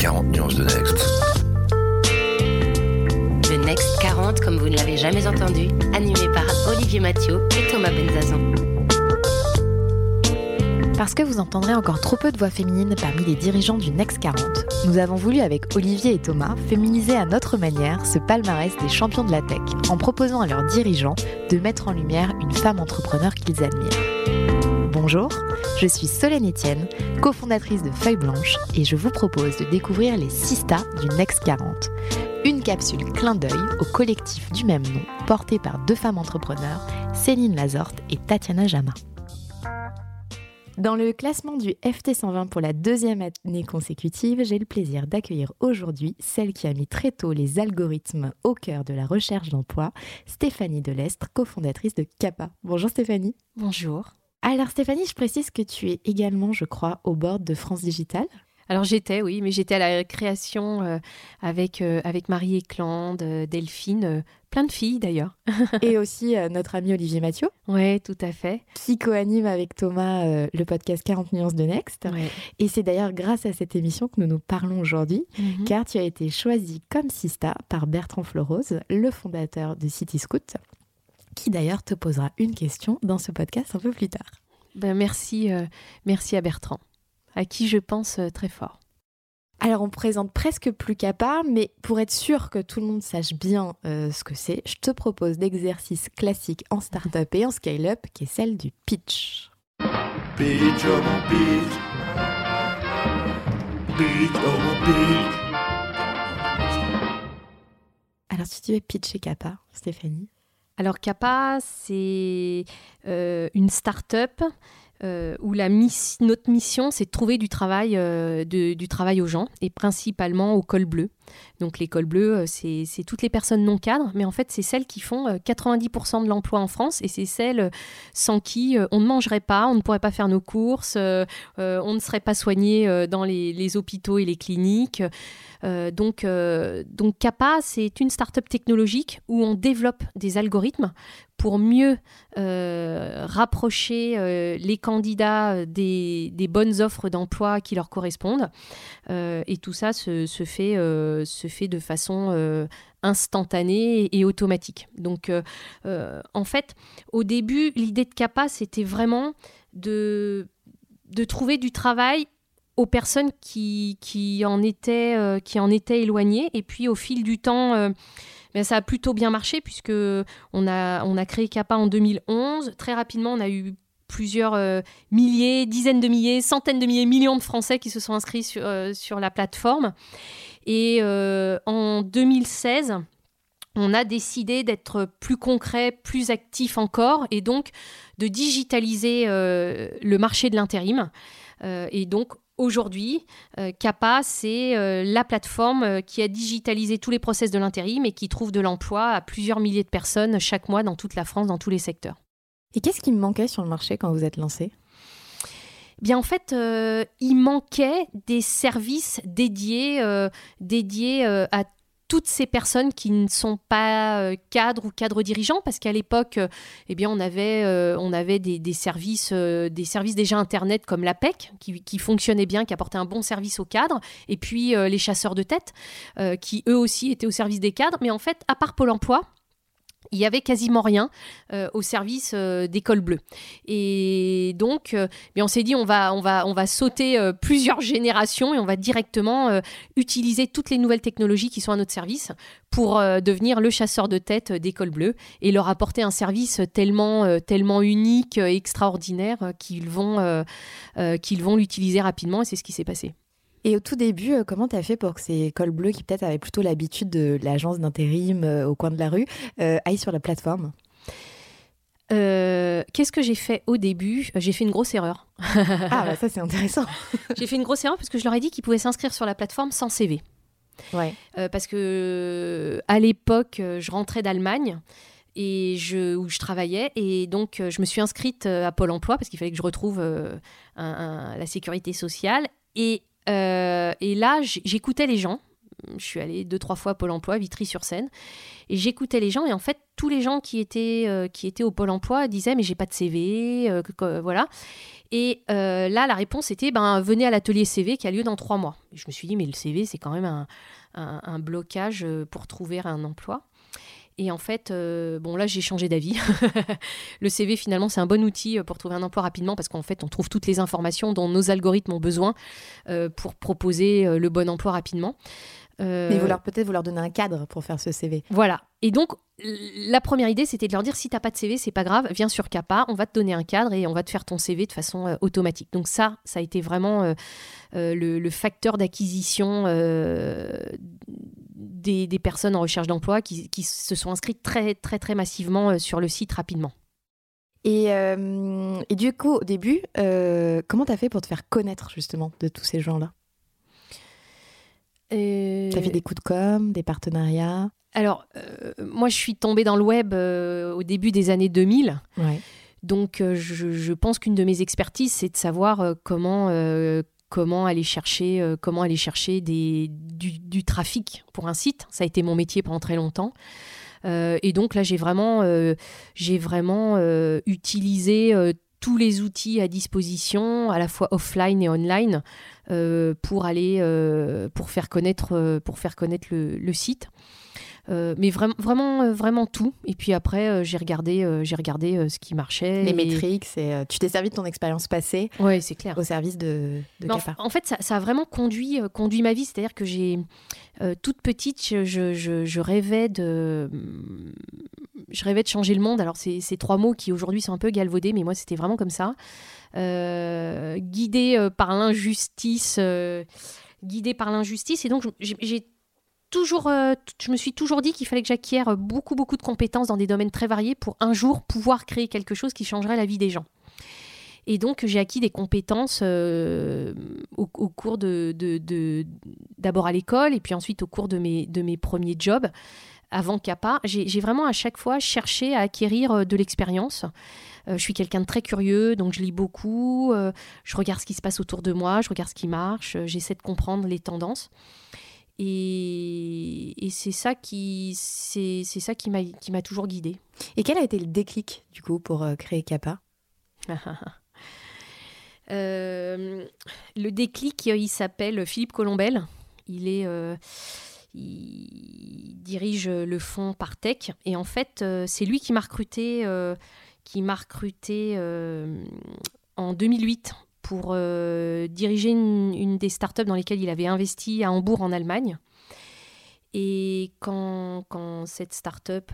40 nuances de Next. Le Next 40, comme vous ne l'avez jamais entendu, animé par Olivier Mathieu et Thomas Benzazon. Parce que vous entendrez encore trop peu de voix féminines parmi les dirigeants du Next 40, nous avons voulu avec Olivier et Thomas féminiser à notre manière ce palmarès des champions de la tech en proposant à leurs dirigeants de mettre en lumière une femme entrepreneur qu'ils admirent. Bonjour, je suis Solène Etienne, cofondatrice de Feuille Blanche et je vous propose de découvrir les 6 stars du Next 40. Une capsule clin d'œil au collectif du même nom porté par 2 femmes entrepreneurs, Céline Lazorte et Tatiana Jama. Dans le classement du FT 120 pour la 2e année consécutive, j'ai le plaisir d'accueillir aujourd'hui celle qui a mis très tôt les algorithmes au cœur de la recherche d'emploi, Stéphanie Delestre, cofondatrice de Capa. Bonjour Stéphanie. Bonjour. Alors Stéphanie, je précise que tu es également, je crois, au board de France Digital. Alors j'étais à la création avec Marie Éclande, Delphine, plein de filles d'ailleurs. Et aussi notre ami Olivier Mathieu. Oui, tout à fait. Qui co-anime avec Thomas le podcast 40 nuances de Next. Ouais. Et c'est d'ailleurs grâce à cette émission que nous nous parlons aujourd'hui, car tu as été choisie comme Sista par Bertrand Fleurose, le fondateur de City Scout, qui d'ailleurs te posera une question dans ce podcast un peu plus tard. Merci à Bertrand, à qui je pense très fort. Alors, on présente presque plus Capa, mais pour être sûr que tout le monde sache bien ce que c'est, je te propose l'exercice classique en start-up et en scale-up, qui est celle du pitch. Pitch, oh mon pitch. Pitch, oh mon pitch. Alors, si tu veux pitcher Capa, Stéphanie. Alors, Capa, c'est une start-up où notre mission, c'est de trouver du travail aux gens, et principalement au col bleu. Donc les cols bleus, c'est toutes les personnes non cadres, mais en fait, c'est celles qui font 90% de l'emploi en France, et c'est celles sans qui on ne mangerait pas, on ne pourrait pas faire nos courses, on ne serait pas soigné dans les hôpitaux et les cliniques. Donc Capa, c'est une start-up technologique où on développe des algorithmes pour mieux rapprocher les candidats des bonnes offres d'emploi qui leur correspondent. Et tout ça se fait de façon instantanée et automatique. Donc, en fait, au début, l'idée de Capa, c'était vraiment de trouver du travail aux personnes qui en étaient éloignées. Et puis, au fil du temps, ça a plutôt bien marché puisque on a créé Capa en 2011. Très rapidement, on a eu plusieurs milliers, dizaines de milliers, centaines de milliers, millions de Français qui se sont inscrits sur la plateforme. Et en 2016, on a décidé d'être plus concret, plus actif encore, et donc de digitaliser le marché de l'intérim. Et donc, aujourd'hui, Capa, c'est la plateforme qui a digitalisé tous les process de l'intérim et qui trouve de l'emploi à plusieurs milliers de personnes chaque mois dans toute la France, dans tous les secteurs. Et qu'est-ce qui manquait sur le marché quand vous êtes lancé ? Bien, en fait, il manquait des services dédiés à toutes ces personnes qui ne sont pas cadres ou cadres dirigeants, parce qu'à l'époque, on avait des services déjà Internet comme l'APEC, qui fonctionnaient bien, qui apportaient un bon service aux cadres, et puis les chasseurs de tête, qui eux aussi étaient au service des cadres. Mais en fait, à part Pôle emploi, il y avait quasiment rien au service des cols bleus. Et donc, on s'est dit, on va sauter plusieurs générations et on va directement utiliser toutes les nouvelles technologies qui sont à notre service pour devenir le chasseur de tête des cols bleus et leur apporter un service tellement unique, extraordinaire qu'ils vont l'utiliser rapidement. Et c'est ce qui s'est passé. Et au tout début, comment tu as fait pour que ces cols bleus, qui peut-être avaient plutôt l'habitude de l'agence d'intérim au coin de la rue, aillent sur la plateforme ? Qu'est-ce que j'ai fait au début ? J'ai fait une grosse erreur. Ah, ça c'est intéressant. J'ai fait une grosse erreur parce que je leur ai dit qu'ils pouvaient s'inscrire sur la plateforme sans CV. Ouais. Parce que à l'époque, je rentrais d'Allemagne où je travaillais, et donc je me suis inscrite à Pôle emploi parce qu'il fallait que je retrouve la sécurité sociale. Et là, j'écoutais les gens je suis allée 2-3 fois à Pôle emploi, Vitry-sur-Seine, et j'écoutais les gens, et en fait, tous les gens qui étaient au Pôle emploi disaient « mais j'ai pas de CV voilà. Et là, la réponse était « venez à l'atelier CV qui a lieu dans 3 mois ». Et je me suis dit « mais le CV, c'est quand même un blocage pour trouver un emploi ». Et en fait, là, j'ai changé d'avis. Le CV, finalement, c'est un bon outil pour trouver un emploi rapidement parce qu'en fait, on trouve toutes les informations dont nos algorithmes ont besoin pour proposer le bon emploi rapidement. Mais peut-être vous leur donnez un cadre pour faire ce CV. Voilà. Et donc, la première idée, c'était de leur dire, si tu n'as pas de CV, c'est pas grave, viens sur CAPA, on va te donner un cadre et on va te faire ton CV de façon automatique. Donc ça a été vraiment le facteur d'acquisition des personnes en recherche d'emploi qui se sont inscrites très, très, très massivement sur le site rapidement. Et du coup, au début, comment tu as fait pour te faire connaître justement de tous ces gens-là ? T'as fait des coups de com', des partenariats ? Alors, moi, je suis tombée dans le web au début des années 2000. Ouais. Donc, je pense qu'une de mes expertises, c'est de savoir comment aller chercher du trafic pour un site. Ça a été mon métier pendant très longtemps. Et donc là, j'ai vraiment utilisé tous les outils à disposition, à la fois offline et online, pour faire connaître le site. Mais vraiment tout. Et puis après, j'ai regardé ce qui marchait. Les métriques, tu t'es servi de ton expérience passée. Ouais, c'est clair. Au service de CAPA. En fait, ça a vraiment conduit ma vie. C'est-à-dire que j'ai toute petite, je rêvais de changer le monde. Alors c'est 3 mots qui aujourd'hui sont un peu galvaudés, mais moi c'était vraiment comme ça. Guidée par l'injustice. Et donc je me suis toujours dit qu'il fallait que j'acquière beaucoup de compétences dans des domaines très variés pour un jour pouvoir créer quelque chose qui changerait la vie des gens. Et donc j'ai acquis des compétences au cours d'abord à l'école et puis ensuite au cours de mes premiers jobs avant CAPA. J'ai vraiment à chaque fois cherché à acquérir de l'expérience. Je suis quelqu'un de très curieux, donc je lis beaucoup, je regarde ce qui se passe autour de moi, je regarde ce qui marche, j'essaie de comprendre les tendances. Et c'est ça qui m'a toujours guidée. Et quel a été le déclic, du coup, pour créer CAPA ? Le déclic, il s'appelle Philippe Colombel. Il dirige le fonds Partech. Et en fait, c'est lui qui m'a recruté en 2008 pour diriger une des startups dans lesquelles il avait investi à Hambourg en Allemagne. Et quand cette startup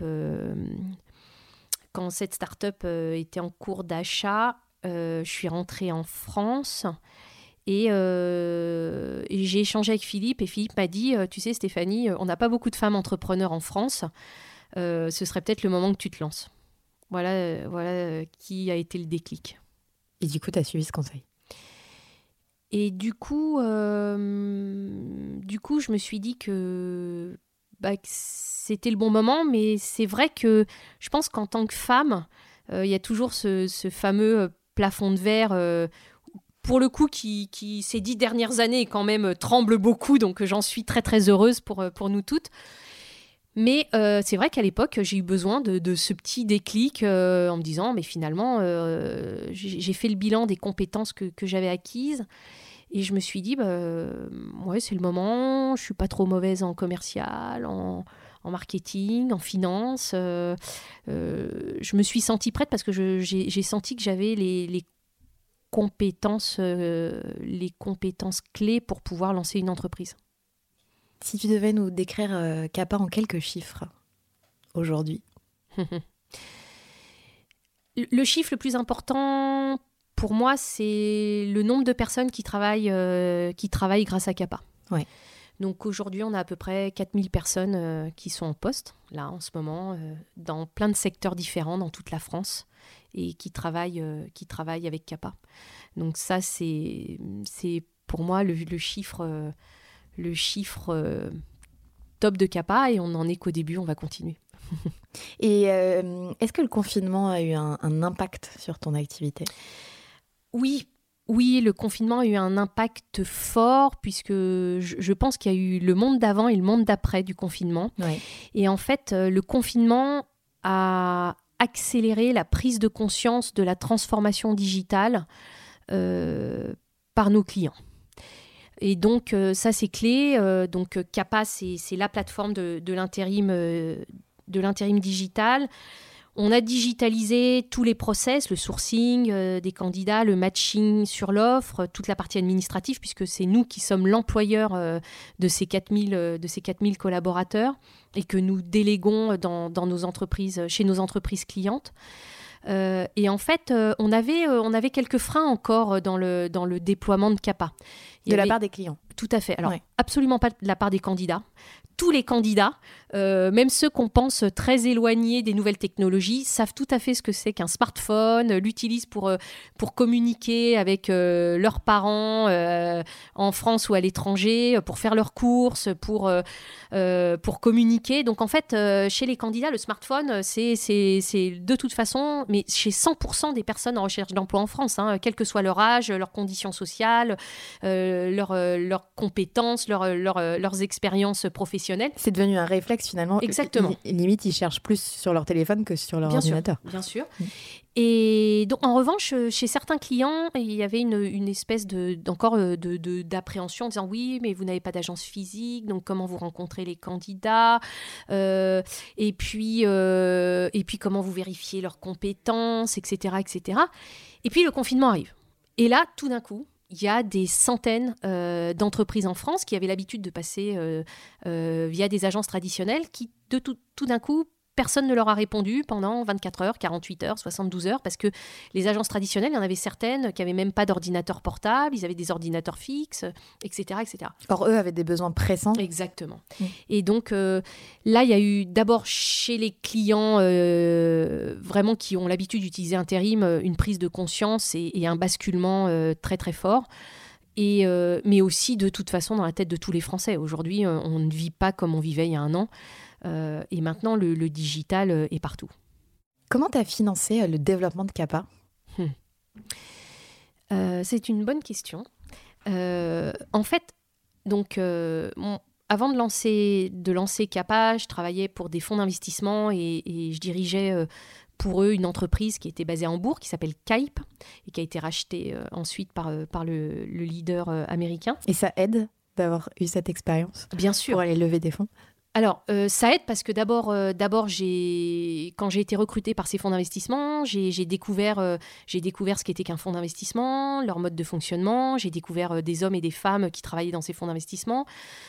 était en cours d'achat, je suis rentrée en France et j'ai échangé avec Philippe. Et Philippe m'a dit, tu sais Stéphanie, on n'a pas beaucoup de femmes entrepreneurs en France. Ce serait peut-être le moment que tu te lances. Voilà qui a été le déclic. Et du coup, tu as suivi ce conseil ? Et du coup, je me suis dit que c'était le bon moment, mais c'est vrai que je pense qu'en tant que femme, il y a toujours ce fameux plafond de verre, pour le coup, qui ces 10 dernières années quand même tremble beaucoup, donc j'en suis très très heureuse pour nous toutes. Mais c'est vrai qu'à l'époque, j'ai eu besoin de ce petit déclic en me disant, mais finalement, j'ai fait le bilan des compétences que j'avais acquises. Et je me suis dit, ouais, c'est le moment, je ne suis pas trop mauvaise en commercial, en marketing, en finance. Je me suis sentie prête parce que j'ai senti que j'avais les compétences clés pour pouvoir lancer une entreprise. Si tu devais nous décrire CAPA en quelques chiffres aujourd'hui. Le chiffre le plus important pour moi, c'est le nombre de personnes qui travaillent grâce à CAPA. Ouais. Donc aujourd'hui, on a à peu près 4000 personnes qui sont en poste, là, en ce moment, dans plein de secteurs différents, dans toute la France, et qui travaillent avec CAPA. Donc ça, c'est pour moi le chiffre top de CAPA, et on n'en est qu'au début, on va continuer. Et est-ce que le confinement a eu un impact sur ton activité ? Oui, Oui, le confinement a eu un impact fort puisque je pense qu'il y a eu le monde d'avant et le monde d'après du confinement. Ouais. Et en fait, le confinement a accéléré la prise de conscience de la transformation digitale par nos clients. Et donc, ça, c'est clé. Donc, CAPA, c'est la plateforme de l'intérim digital. On a digitalisé tous les process, le sourcing des candidats, le matching sur l'offre, toute la partie administrative, puisque c'est nous qui sommes l'employeur de ces 4000 collaborateurs et que nous déléguons dans nos entreprises, chez nos entreprises clientes. Et en fait, on avait quelques freins encore dans le déploiement de CAPA. De la part des clients. Tout à fait. Alors, absolument pas de la part des candidats. Tous les candidats, même ceux qu'on pense très éloignés des nouvelles technologies, savent tout à fait ce que c'est qu'un smartphone, l'utilisent pour communiquer avec leurs parents en France ou à l'étranger, pour faire leurs courses, pour communiquer. Donc en fait, chez les candidats, le smartphone, c'est de toute façon, mais chez 100% des personnes en recherche d'emploi en France, quel que soit leur âge, leurs conditions sociales, leurs compétences, leurs expériences professionnelles. C'est devenu un réflexe finalement. Exactement. Limite, ils cherchent plus sur leur téléphone que sur leur ordinateur. Bien sûr. Et donc, en revanche, chez certains clients, il y avait une espèce d'appréhension en disant oui, mais vous n'avez pas d'agence physique, donc comment vous rencontrez les candidats et puis comment vous vérifiez leurs compétences, etc., etc. Et puis le confinement arrive. Et là, tout d'un coup, il y a des centaines d'entreprises en France qui avaient l'habitude de passer via des agences traditionnelles qui, tout d'un coup, personne ne leur a répondu pendant 24 heures, 48 heures, 72 heures, parce que les agences traditionnelles, il y en avait certaines qui n'avaient même pas d'ordinateur portable, ils avaient des ordinateurs fixes, etc., etc. Or, eux avaient des besoins pressants. Exactement. Et donc, là, il y a eu d'abord chez les clients vraiment qui ont l'habitude d'utiliser intérim, une prise de conscience et un basculement très, très fort. Mais aussi, de toute façon, dans la tête de tous les Français. Aujourd'hui, on ne vit pas comme on vivait il y a un an. Et maintenant, le digital est partout. Comment tu as financé le développement de CAPA ? C'est une bonne question. En fait, donc, avant de lancer CAPA, je travaillais pour des fonds d'investissement et je dirigeais pour eux une entreprise qui était basée à Hambourg, qui s'appelle Kype, et qui a été rachetée ensuite par le leader américain. Et ça aide d'avoir eu cette expérience ? Bien sûr. Pour aller lever des fonds ? Alors, ça aide parce que d'abord quand j'ai été recrutée par ces fonds d'investissement, j'ai découvert ce qu'était qu'un fonds d'investissement, leur mode de fonctionnement. J'ai découvert des hommes et des femmes qui travaillaient dans ces fonds d'investissement.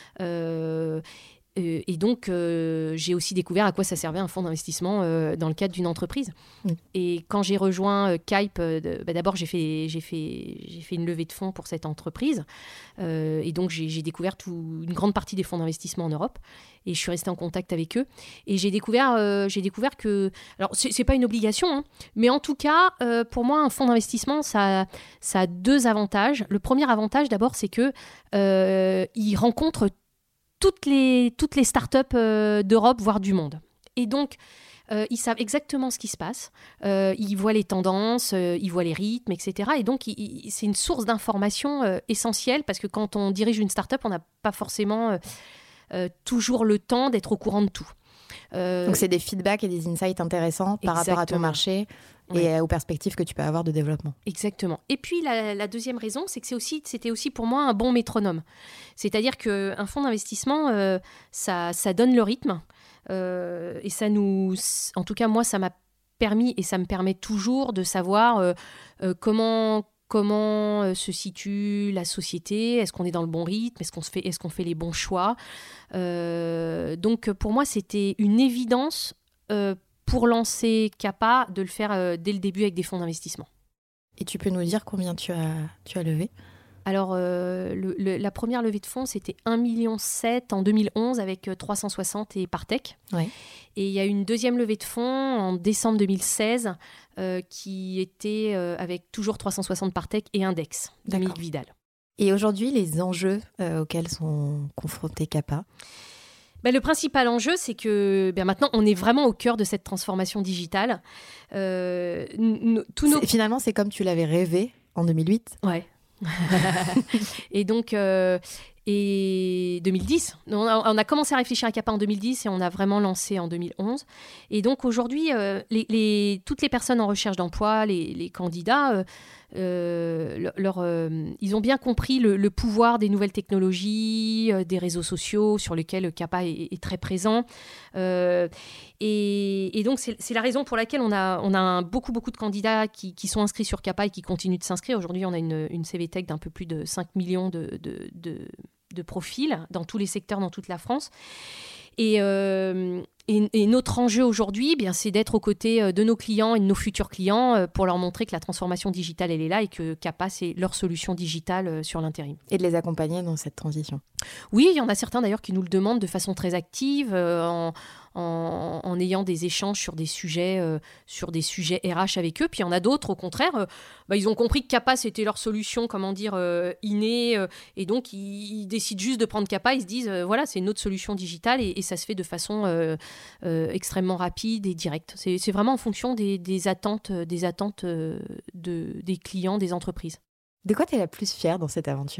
Et donc, j'ai aussi découvert à quoi ça servait un fonds d'investissement dans le cadre d'une entreprise. Et quand j'ai rejoint Kype, d'abord, j'ai fait une levée de fonds pour cette entreprise. Et donc, j'ai découvert une grande partie des fonds d'investissement en Europe. Et je suis restée en contact avec eux. Et j'ai découvert que... Alors, c'est pas une obligation, mais en tout cas, pour moi, un fonds d'investissement, ça a deux avantages. Le premier avantage, d'abord, c'est que il rencontre toutes les startups d'Europe, voire du monde. Et donc, ils savent exactement ce qui se passe. Ils voient les tendances, ils voient les rythmes, etc. Et donc, c'est une source d'information essentielle parce que quand on dirige une startup, on n'a pas forcément toujours le temps d'être au courant de tout. Donc, c'est des feedbacks et des insights intéressants par rapport à ton marché et aux perspectives que tu peux avoir de développement. Exactement. Et puis, la deuxième raison, c'est que c'était aussi pour moi un bon métronome. C'est-à-dire qu'un fonds d'investissement, ça donne le rythme. Et ça en tout cas, moi, ça m'a permis et ça me permet toujours de savoir comment se situe la société, est-ce qu'on est dans le bon rythme, est-ce qu'on fait les bons choix. Donc, pour moi, c'était une évidence pour lancer CAPA de le faire dès le début avec des fonds d'investissement. Et tu peux nous dire combien tu as levé ? Alors, la première levée de fonds, c'était 1,7 million en 2011 avec 360 et Partech. Ouais. Et il y a eu une deuxième levée de fonds en décembre 2016 qui était avec toujours 360 Partech et Index, Dominique Vidal. Et aujourd'hui, les enjeux auxquels sont confrontés CAPA ? Le principal enjeu, c'est que maintenant, on est vraiment au cœur de cette transformation digitale. Finalement, c'est comme tu l'avais rêvé en 2008 ? Ouais. Et donc, et 2010. On a commencé à réfléchir à CAPA en 2010 et on a vraiment lancé en 2011. Et donc aujourd'hui, toutes les personnes en recherche d'emploi, les candidats, ils ont bien compris le pouvoir des nouvelles technologies, des réseaux sociaux sur lesquels CAPA est très présent. Et donc, c'est la raison pour laquelle on a beaucoup de candidats qui sont inscrits sur CAPA et qui continuent de s'inscrire. Aujourd'hui, on a une CVTech d'un peu plus de 5 millions de profils dans tous les secteurs, dans toute la France. Et notre enjeu aujourd'hui, eh bien, c'est d'être aux côtés de nos clients et de nos futurs clients pour leur montrer que la transformation digitale, elle est là et que CAPA, c'est leur solution digitale sur l'intérim. Et de les accompagner dans cette transition. Oui, il y en a certains d'ailleurs qui nous le demandent de façon très active, en ayant des échanges sur des sujets RH avec eux. Puis il y en a d'autres, au contraire, ils ont compris que CAPA, c'était leur solution, innée, et donc ils décident juste de prendre CAPA, ils se disent, voilà, c'est notre solution digitale, et ça se fait de façon extrêmement rapide et directe. C'est vraiment en fonction des attentes des clients, des entreprises. De quoi tu es la plus fière dans cette aventure ?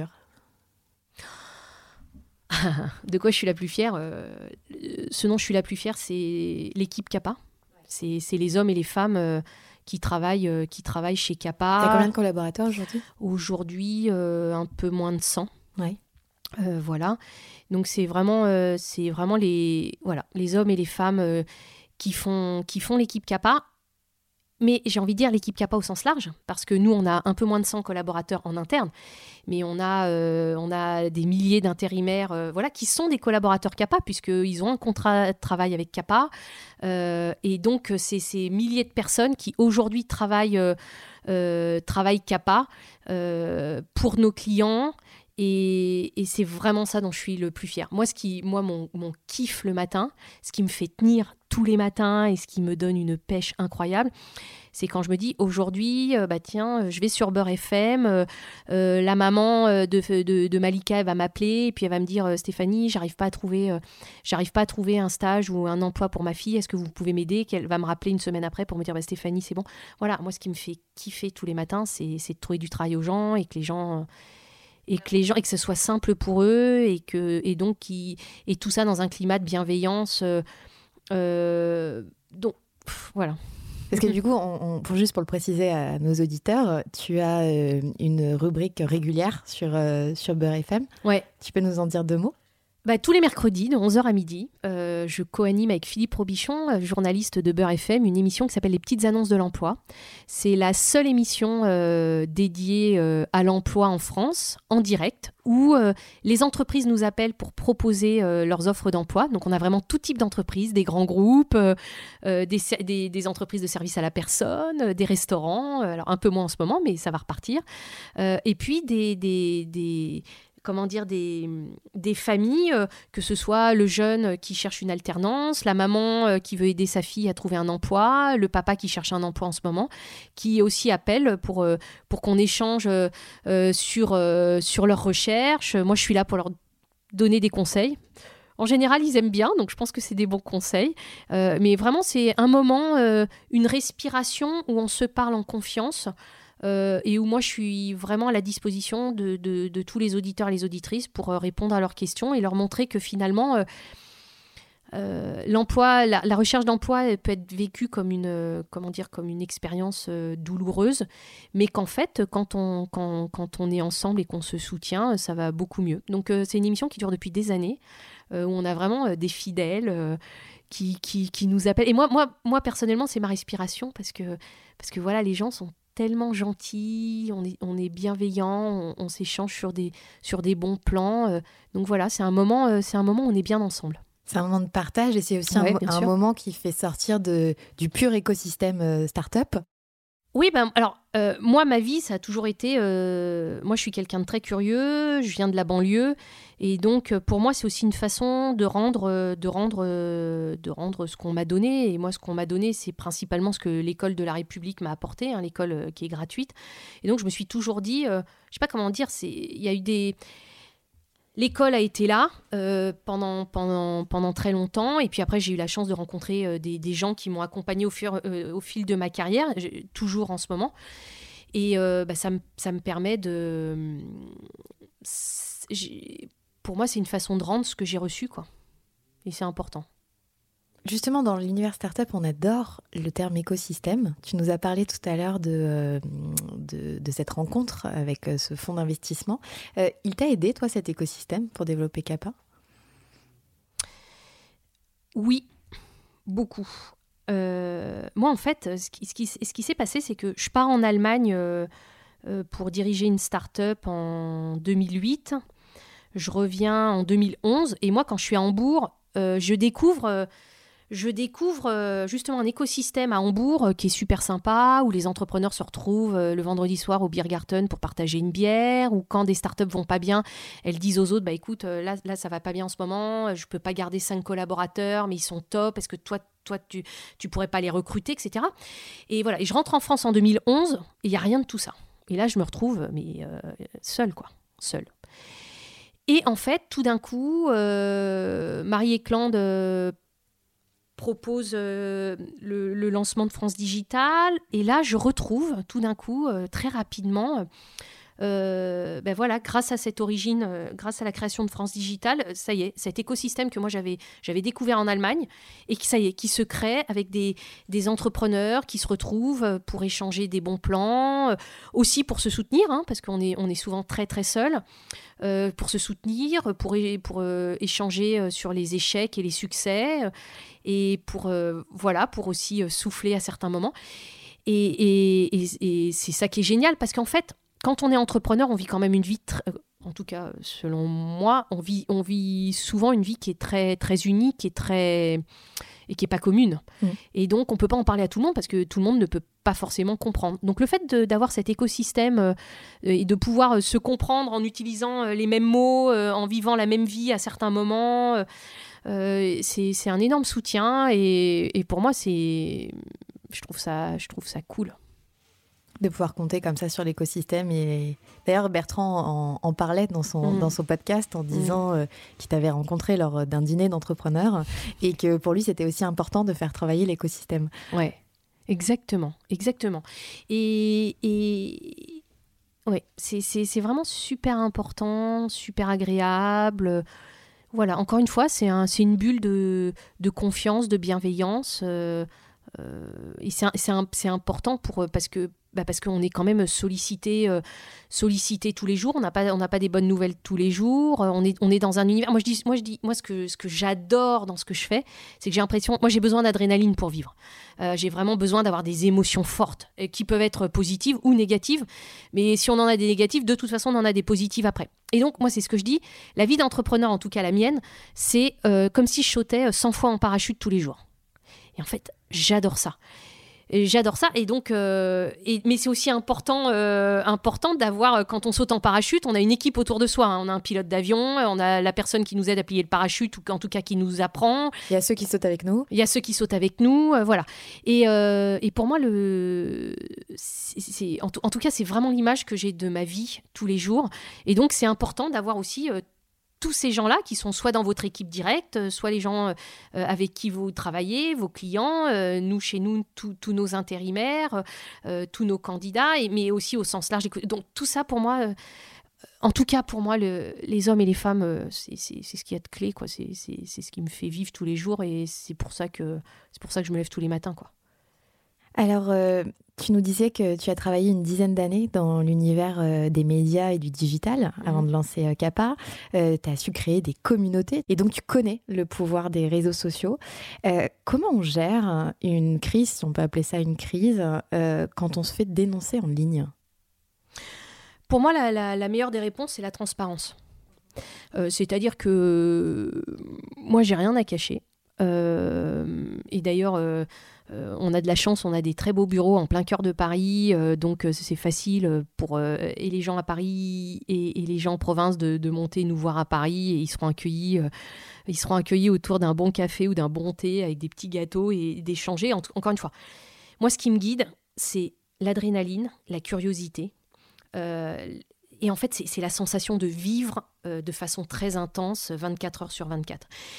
De quoi je suis la plus fière ? Ce dont je suis la plus fière, c'est l'équipe CAPA. C'est les hommes et les femmes qui travaillent chez CAPA. Tu as combien de collaborateurs aujourd'hui ? Aujourd'hui, un peu moins de 100. Ouais. Voilà. Donc c'est vraiment les hommes et les femmes qui font l'équipe CAPA. Mais j'ai envie de dire l'équipe CAPA au sens large, parce que nous, on a un peu moins de 100 collaborateurs en interne, mais on a des milliers d'intérimaires qui sont des collaborateurs CAPA, puisqu'ils ont un contrat de travail avec CAPA. Et donc, c'est ces milliers de personnes qui, aujourd'hui, travaillent CAPA pour nos clients. Et c'est vraiment ça dont je suis le plus fière. Moi, mon kiff le matin, ce qui me fait tenir tous les matins et ce qui me donne une pêche incroyable, c'est quand je me dis aujourd'hui, je vais sur Beurre FM, la maman de Malika, elle va m'appeler et puis elle va me dire Stéphanie, j'arrive pas à trouver un stage ou un emploi pour ma fille, est-ce que vous pouvez m'aider ? Qu'elle va me rappeler une semaine après pour me dire Stéphanie, c'est bon. Voilà, moi ce qui me fait kiffer tous les matins, c'est de trouver du travail aux gens et que que ce soit simple pour eux et tout ça dans un climat de bienveillance. Voilà. Parce que du coup, juste pour le préciser à nos auditeurs, tu as une rubrique régulière sur Beurre FM. Ouais. Tu peux nous en dire 2 mots ? Tous les mercredis, de 11h à midi, je co-anime avec Philippe Robichon, journaliste de Beurre FM, une émission qui s'appelle Les Petites Annonces de l'Emploi. C'est la seule émission dédiée à l'emploi en France, en direct, où les entreprises nous appellent pour proposer leurs offres d'emploi. Donc on a vraiment tout type d'entreprises, des grands groupes, des entreprises de services à la personne, des restaurants, alors un peu moins en ce moment, mais ça va repartir. Et puis des familles, que ce soit le jeune qui cherche une alternance, la maman qui veut aider sa fille à trouver un emploi, le papa qui cherche un emploi en ce moment, qui aussi appelle pour qu'on échange sur leurs recherches. Moi, je suis là pour leur donner des conseils. En général, ils aiment bien, donc je pense que c'est des bons conseils. Mais vraiment, c'est un moment, une respiration où on se parle en confiance. Et où moi je suis vraiment à la disposition de tous les auditeurs et les auditrices pour répondre à leurs questions et leur montrer que finalement l'emploi, la recherche d'emploi peut être vécue comme une expérience douloureuse, mais qu'en fait quand on est ensemble et qu'on se soutient, ça va beaucoup mieux. Donc c'est une émission qui dure depuis des années, où on a vraiment des fidèles qui nous appellent. Et moi personnellement, c'est ma respiration parce que voilà, les gens sont tellement gentils, on est bienveillants, on s'échange sur des bons plans. Donc voilà, c'est un moment où on est bien ensemble. C'est un moment de partage et c'est aussi un moment qui fait sortir du pur écosystème start-up. Oui, alors, moi, ma vie, ça a toujours été... moi, je suis quelqu'un de très curieux, je viens de la banlieue, et donc, pour moi, c'est aussi une façon de rendre ce qu'on m'a donné. Et moi, ce qu'on m'a donné, c'est principalement ce que l'école de la République m'a apporté, l'école qui est gratuite. Et donc, je me suis toujours dit... je ne sais pas comment dire, il y a eu des... L'école a été là pendant très longtemps, et puis après j'ai eu la chance de rencontrer des gens qui m'ont accompagnée au fil de ma carrière, toujours en ce moment. Et ça me permet de... Pour moi, c'est une façon de rendre ce que j'ai reçu, quoi. Et c'est important. Justement, dans l'univers startup, on adore le terme écosystème. Tu nous as parlé tout à l'heure de cette rencontre avec ce fonds d'investissement. Il t'a aidé, toi, cet écosystème, pour développer Kappa ? Oui, beaucoup. Moi, en fait, ce qui s'est passé, c'est que je pars en Allemagne pour diriger une start-up en 2008. Je reviens en 2011. Et moi, quand je suis à Hambourg, je découvre justement un écosystème à Hambourg qui est super sympa, où les entrepreneurs se retrouvent le vendredi soir au Biergarten pour partager une bière, ou quand des startups vont pas bien, elles disent aux autres, écoute, là ça va pas bien en ce moment, je peux pas garder 5 collaborateurs, mais ils sont top, est-ce que toi tu pourrais pas les recruter, etc. Et voilà, et je rentre en France en 2011, et il y a rien de tout ça. Et là, je me retrouve seule. Et en fait, tout d'un coup, Marie Eklund propose le lancement de France Digital. Et là, je retrouve tout d'un coup, très rapidement, grâce à cette origine, grâce à la création de France Digital, ça y est, cet écosystème que moi j'avais découvert en Allemagne et qui se crée avec des entrepreneurs qui se retrouvent pour échanger des bons plans, aussi pour se soutenir, parce qu'on est souvent très très seuls, pour se soutenir, pour échanger sur les échecs et les succès, et pour aussi souffler à certains moments. Et c'est ça qui est génial, parce qu'en fait, quand on est entrepreneur, on vit quand même une vie, en tout cas selon moi, on vit souvent une vie qui est très, très unique et qui n'est pas commune. Et donc, on ne peut pas en parler à tout le monde parce que tout le monde ne peut pas forcément comprendre. Donc, le fait d'avoir cet écosystème et de pouvoir se comprendre en utilisant les mêmes mots, en vivant la même vie à certains moments, c'est un énorme soutien. Et pour moi, je trouve ça cool. De pouvoir compter comme ça sur l'écosystème. Et d'ailleurs, Bertrand en parlait dans son podcast en disant qu'il t'avait rencontré lors d'un dîner d'entrepreneurs et que pour lui, c'était aussi important de faire travailler l'écosystème. Ouais, exactement. Et ouais, c'est vraiment super important, super agréable. Voilà, encore une fois, c'est une bulle de confiance, de bienveillance. Et c'est important parce qu'on est quand même sollicité tous les jours. On n'a pas des bonnes nouvelles tous les jours. On est dans un univers. Moi, ce que j'adore dans ce que je fais, c'est que j'ai l'impression. Moi, j'ai besoin d'adrénaline pour vivre. J'ai vraiment besoin d'avoir des émotions fortes qui peuvent être positives ou négatives. Mais si on en a des négatives, de toute façon, on en a des positives après. Et donc, moi, c'est ce que je dis. La vie d'entrepreneur, en tout cas la mienne, c'est comme si je sautais 100 fois en parachute tous les jours. Et en fait, j'adore ça. Et donc, mais c'est aussi important d'avoir, quand on saute en parachute, on a une équipe autour de soi. On a un pilote d'avion, on a la personne qui nous aide à plier le parachute, ou en tout cas qui nous apprend. Il y a ceux qui sautent avec nous. Voilà. Et pour moi, en tout cas, c'est vraiment l'image que j'ai de ma vie tous les jours. Et donc, c'est important d'avoir aussi tous ces gens-là qui sont soit dans votre équipe directe, soit les gens avec qui vous travaillez, vos clients, chez nous, tous nos intérimaires, tous nos candidats, mais aussi au sens large. Donc tout ça, pour moi, en tout cas pour moi, les hommes et les femmes, c'est ce qu'il y a de clé, quoi. C'est ce qui me fait vivre tous les jours, et c'est pour ça que je me lève tous les matins, quoi. Alors, tu nous disais que tu as travaillé une dizaine d'années dans l'univers des médias et du digital avant de lancer Kappa. Tu as su créer des communautés et donc tu connais le pouvoir des réseaux sociaux. Comment on gère une crise, si on peut appeler ça une crise, quand on se fait dénoncer en ligne ? Pour moi, la meilleure des réponses, c'est la transparence. C'est-à-dire que moi, j'ai rien à cacher. Et d'ailleurs, on a de la chance, on a des très beaux bureaux en plein cœur de Paris, donc c'est facile pour et les gens à Paris et les gens en province de monter nous voir à Paris, et ils seront accueillis autour d'un bon café ou d'un bon thé avec des petits gâteaux et d'échanger. Encore une fois, moi, ce qui me guide, c'est l'adrénaline, la curiosité. Et en fait, c'est la sensation de vivre de façon très intense, 24 heures sur 24.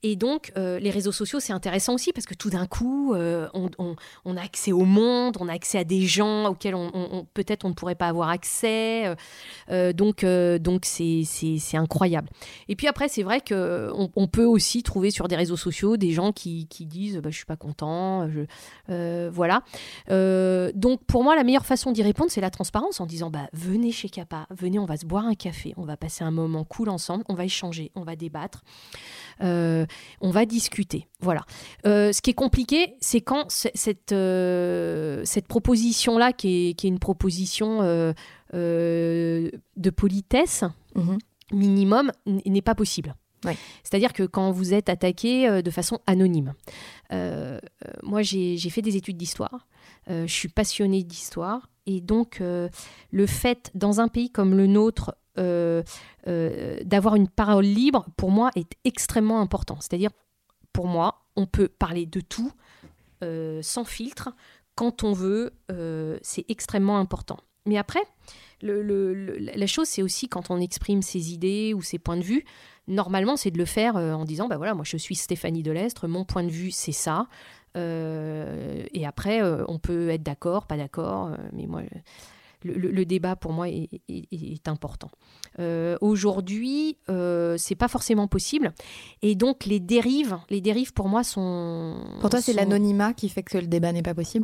Et donc, les réseaux sociaux, c'est intéressant aussi parce que tout d'un coup, on a accès au monde, on a accès à des gens auxquels peut-être on ne pourrait pas avoir accès. Donc c'est incroyable. Et puis après, c'est vrai qu'on peut aussi trouver sur des réseaux sociaux des gens qui disent je ne suis pas content. Voilà. Donc, pour moi, la meilleure façon d'y répondre, c'est la transparence en disant venez chez Kappa, venez, on va se boire un café, on va passer un moment cool ensemble, on va échanger, on va débattre. On va discuter. Voilà. Ce qui est compliqué, c'est quand cette proposition-là, qui est une proposition de politesse minimum, n'est pas possible. Ouais. C'est-à-dire que quand vous êtes attaqué de façon anonyme. Moi, j'ai fait des études d'histoire. Je suis passionnée d'histoire. Et donc, le fait, dans un pays comme le nôtre, d'avoir une parole libre, pour moi, est extrêmement important. C'est-à-dire, pour moi, on peut parler de tout, sans filtre, quand on veut, c'est extrêmement important. Mais après, la chose, c'est aussi quand on exprime ses idées ou ses points de vue, normalement, c'est de le faire en disant, voilà, moi, je suis Stéphanie Delestre, mon point de vue, c'est ça. Et après, on peut être d'accord, pas d'accord, mais moi... Le débat, pour moi, est important. Aujourd'hui, c'est pas forcément possible. Et donc, les dérives, pour moi, sont... Pour toi, c'est l'anonymat qui fait que le débat n'est pas possible ?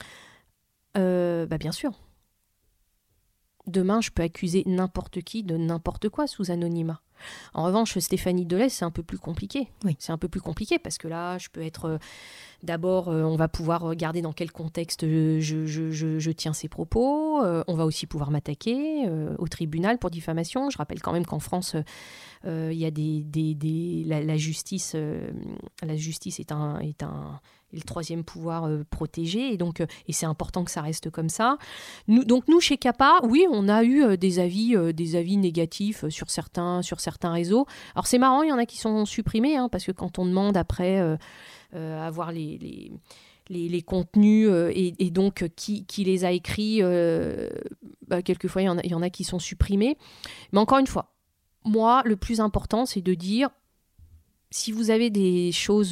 Bien sûr. Demain, je peux accuser n'importe qui de n'importe quoi sous anonymat. En revanche, Stéphanie Delestre, c'est un peu plus compliqué. Oui. C'est un peu plus compliqué parce que là, je peux être... D'abord, on va pouvoir regarder dans quel contexte je tiens ces propos. On va aussi pouvoir m'attaquer au tribunal pour diffamation. Je rappelle quand même qu'en France, il y a la justice. La justice est le troisième pouvoir protégé. Et c'est important que ça reste comme ça. Nous, chez Kappa, oui, on a eu des avis négatifs sur certains réseaux. Alors, c'est marrant, il y en a qui sont supprimés, parce que quand on demande après... avoir les contenus et donc qui les a écrits, quelquefois il y en a qui sont supprimés. Mais encore une fois, moi, le plus important, c'est de dire, si vous avez des choses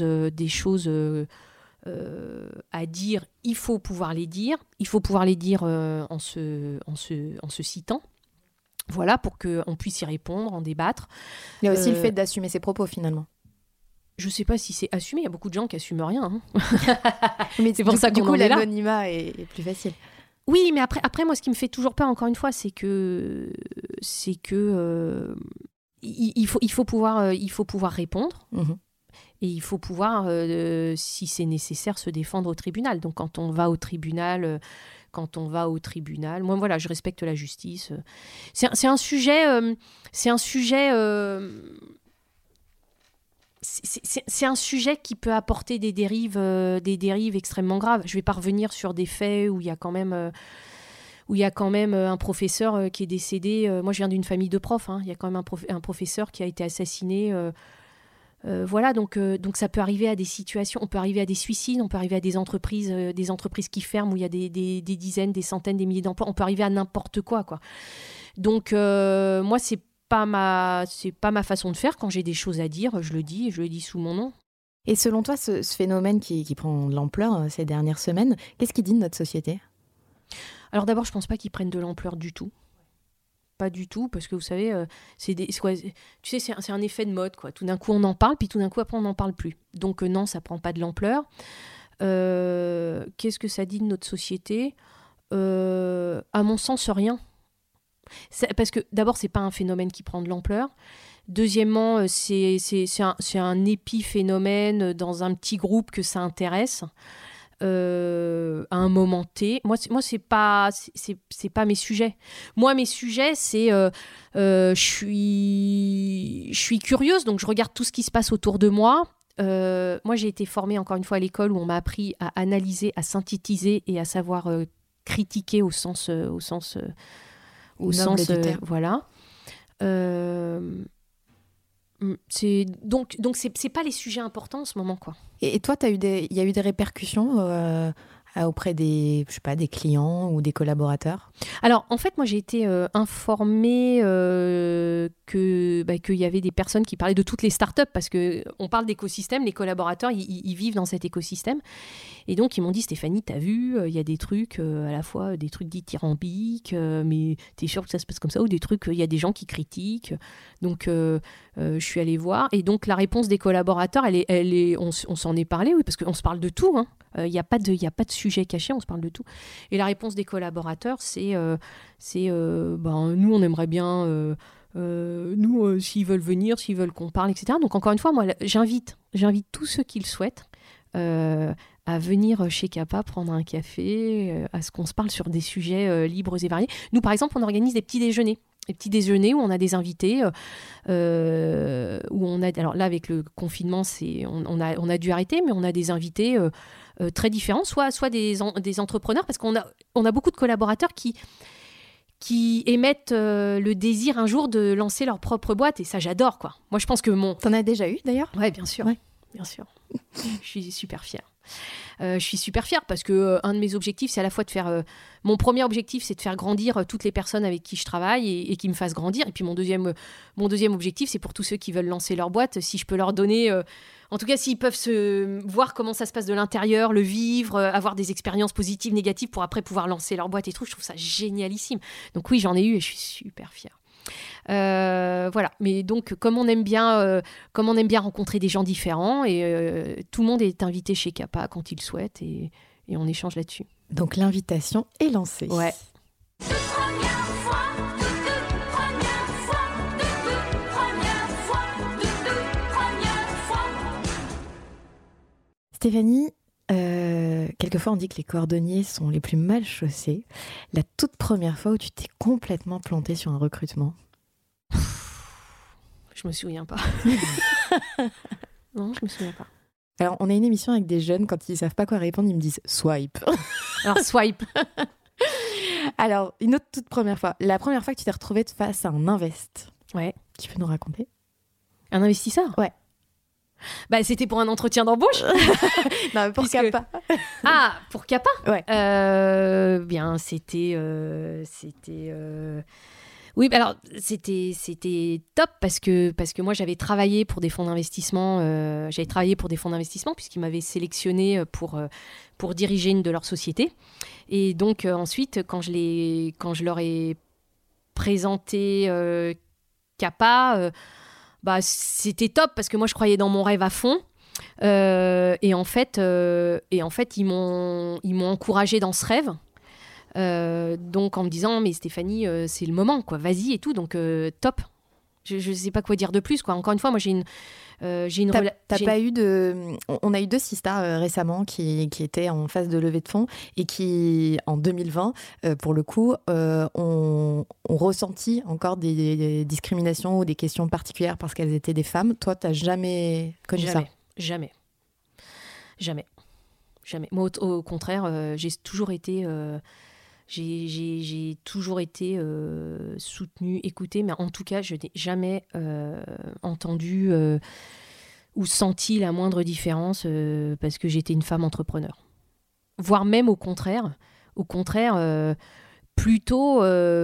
à dire, il faut pouvoir les dire. Il faut pouvoir les dire en se citant. Voilà, pour qu'on puisse y répondre, en débattre. Il y a aussi le fait d'assumer ses propos, finalement. Je ne sais pas si c'est assumé. Il y a beaucoup de gens qui n'assument rien. Mais c'est pour ça qu'on en est là. L'anonymat est plus facile. Oui, mais après, moi, ce qui me fait toujours peur, encore une fois, c'est que il faut pouvoir répondre. Et il faut pouvoir, si c'est nécessaire, se défendre au tribunal. Donc, quand on va au tribunal... moi, voilà, je respecte la justice. C'est un sujet... C'est un sujet qui peut apporter des dérives extrêmement graves. Je ne vais pas revenir sur des faits où il y a quand même un professeur qui est décédé. Moi, je viens d'une famille de profs. Il y a quand même un professeur qui a été assassiné. Voilà, donc ça peut arriver à des situations. On peut arriver à des suicides, on peut arriver à des entreprises qui ferment où il y a des dizaines, des centaines, des milliers d'emplois. On peut arriver à n'importe quoi. Donc, moi, c'est pas ma façon de faire. Quand j'ai des choses à dire, je le dis sous mon nom. Et selon toi, ce phénomène qui prend de l'ampleur ces dernières semaines, qu'est-ce qu'il dit de notre société ? Alors d'abord, je pense pas qu'il prenne de l'ampleur du tout. Pas du tout, parce que vous savez, c'est un effet de mode, quoi. Tout d'un coup, on en parle, puis tout d'un coup, après, on n'en parle plus. Donc non, ça prend pas de l'ampleur. Qu'est-ce que ça dit de notre société ? À mon sens, rien. Parce que d'abord, c'est pas un phénomène qui prend de l'ampleur. Deuxièmement, c'est un épiphénomène dans un petit groupe que ça intéresse à un moment T. Moi, c'est pas mes sujets. Moi, mes sujets, c'est je suis curieuse, donc je regarde tout ce qui se passe autour de moi. Moi, j'ai été formée encore une fois à l'école où on m'a appris à analyser, à synthétiser et à savoir critiquer au sens voilà. Donc c'est pas les sujets importants en ce moment, quoi. Et toi, il y a eu des répercussions auprès des, je sais pas, des clients ou des collaborateurs? Alors, en fait, moi, j'ai été informée qu'il y avait des personnes qui parlaient de toutes les startups, parce qu'on parle d'écosystème, les collaborateurs, ils vivent dans cet écosystème. Et donc, ils m'ont dit, Stéphanie, t'as vu, il y a des trucs, à la fois des trucs dithyrambiques, mais t'es sûre que ça se passe comme ça, ou des trucs, il y a des gens qui critiquent. Donc, je suis allée voir. Et donc, la réponse des collaborateurs, on s'en est parlé, oui, parce qu'on se parle de tout, hein. Il n'y a pas de sujet caché, on se parle de tout. Et la réponse des collaborateurs, c'est nous, on aimerait bien, s'ils veulent venir, s'ils veulent qu'on parle, etc. Donc, encore une fois, moi, j'invite tous ceux qui le souhaitent à venir chez Kappa, prendre un café, à ce qu'on se parle sur des sujets libres et variés. Nous, par exemple, on organise des petits déjeuners. Des petits déjeuners où on a des invités, alors là, avec le confinement, on a dû arrêter, mais on a des invités très différents, soit des entrepreneurs, parce qu'on a beaucoup de collaborateurs qui émettent le désir un jour de lancer leur propre boîte, et ça, j'adore, quoi. Moi, je pense que T'en as déjà eu, d'ailleurs? Ouais, bien sûr. Ouais. Bien sûr. Je suis super fière. Je suis super fière parce que un de mes objectifs, c'est à la fois de faire... mon premier objectif, c'est de faire grandir toutes les personnes avec qui je travaille et qui me fassent grandir. Et puis mon deuxième objectif, c'est pour tous ceux qui veulent lancer leur boîte, si je peux leur donner... en tout cas, s'ils peuvent se voir comment ça se passe de l'intérieur, le vivre, avoir des expériences positives, négatives pour après pouvoir lancer leur boîte et tout, je trouve ça génialissime. Donc oui, j'en ai eu et je suis super fière. Voilà, mais donc comme on aime bien rencontrer des gens différents, et tout le monde est invité chez Kappa quand il souhaite, et on échange là-dessus. Donc l'invitation est lancée. Ouais. Stéphanie, quelquefois on dit que les cordonniers sont les plus mal chaussés. La toute première fois où tu t'es complètement plantée sur un recrutement? Je me souviens pas. Non, je me souviens pas. Alors, on a une émission avec des jeunes, quand ils savent pas quoi répondre, ils me disent swipe. Alors, swipe. Alors, une autre toute première fois. La première fois que tu t'es retrouvée face à un invest. Ouais. Tu peux nous raconter? Un investisseur? Ouais. Bah, c'était pour un entretien d'embauche. Non, pour Kappa. Ah, pour Kappa? Ouais. Bien, c'était... Oui, alors c'était top parce que moi j'avais travaillé pour des fonds d'investissement. Puisqu'ils m'avaient sélectionné pour diriger une de leurs sociétés. Et donc ensuite, quand je leur ai présenté Kappa, c'était top parce que moi je croyais dans mon rêve à fond. Et en fait, ils m'ont encouragée dans ce rêve. Donc en me disant, mais Stéphanie, c'est le moment, quoi, vas-y et tout, donc top. Je sais pas quoi dire de plus, quoi. Encore une fois, moi on a eu 2 sisters récemment qui étaient en phase de levée de fonds et qui, en 2020, pour le coup, ont ressenti encore des discriminations ou des questions particulières parce qu'elles étaient des femmes. Toi, t'as jamais connu ça? Jamais. Moi, au contraire, j'ai toujours été soutenue, écoutée, mais en tout cas, je n'ai jamais entendu ou senti la moindre différence parce que j'étais une femme entrepreneur. Voire même au contraire, plutôt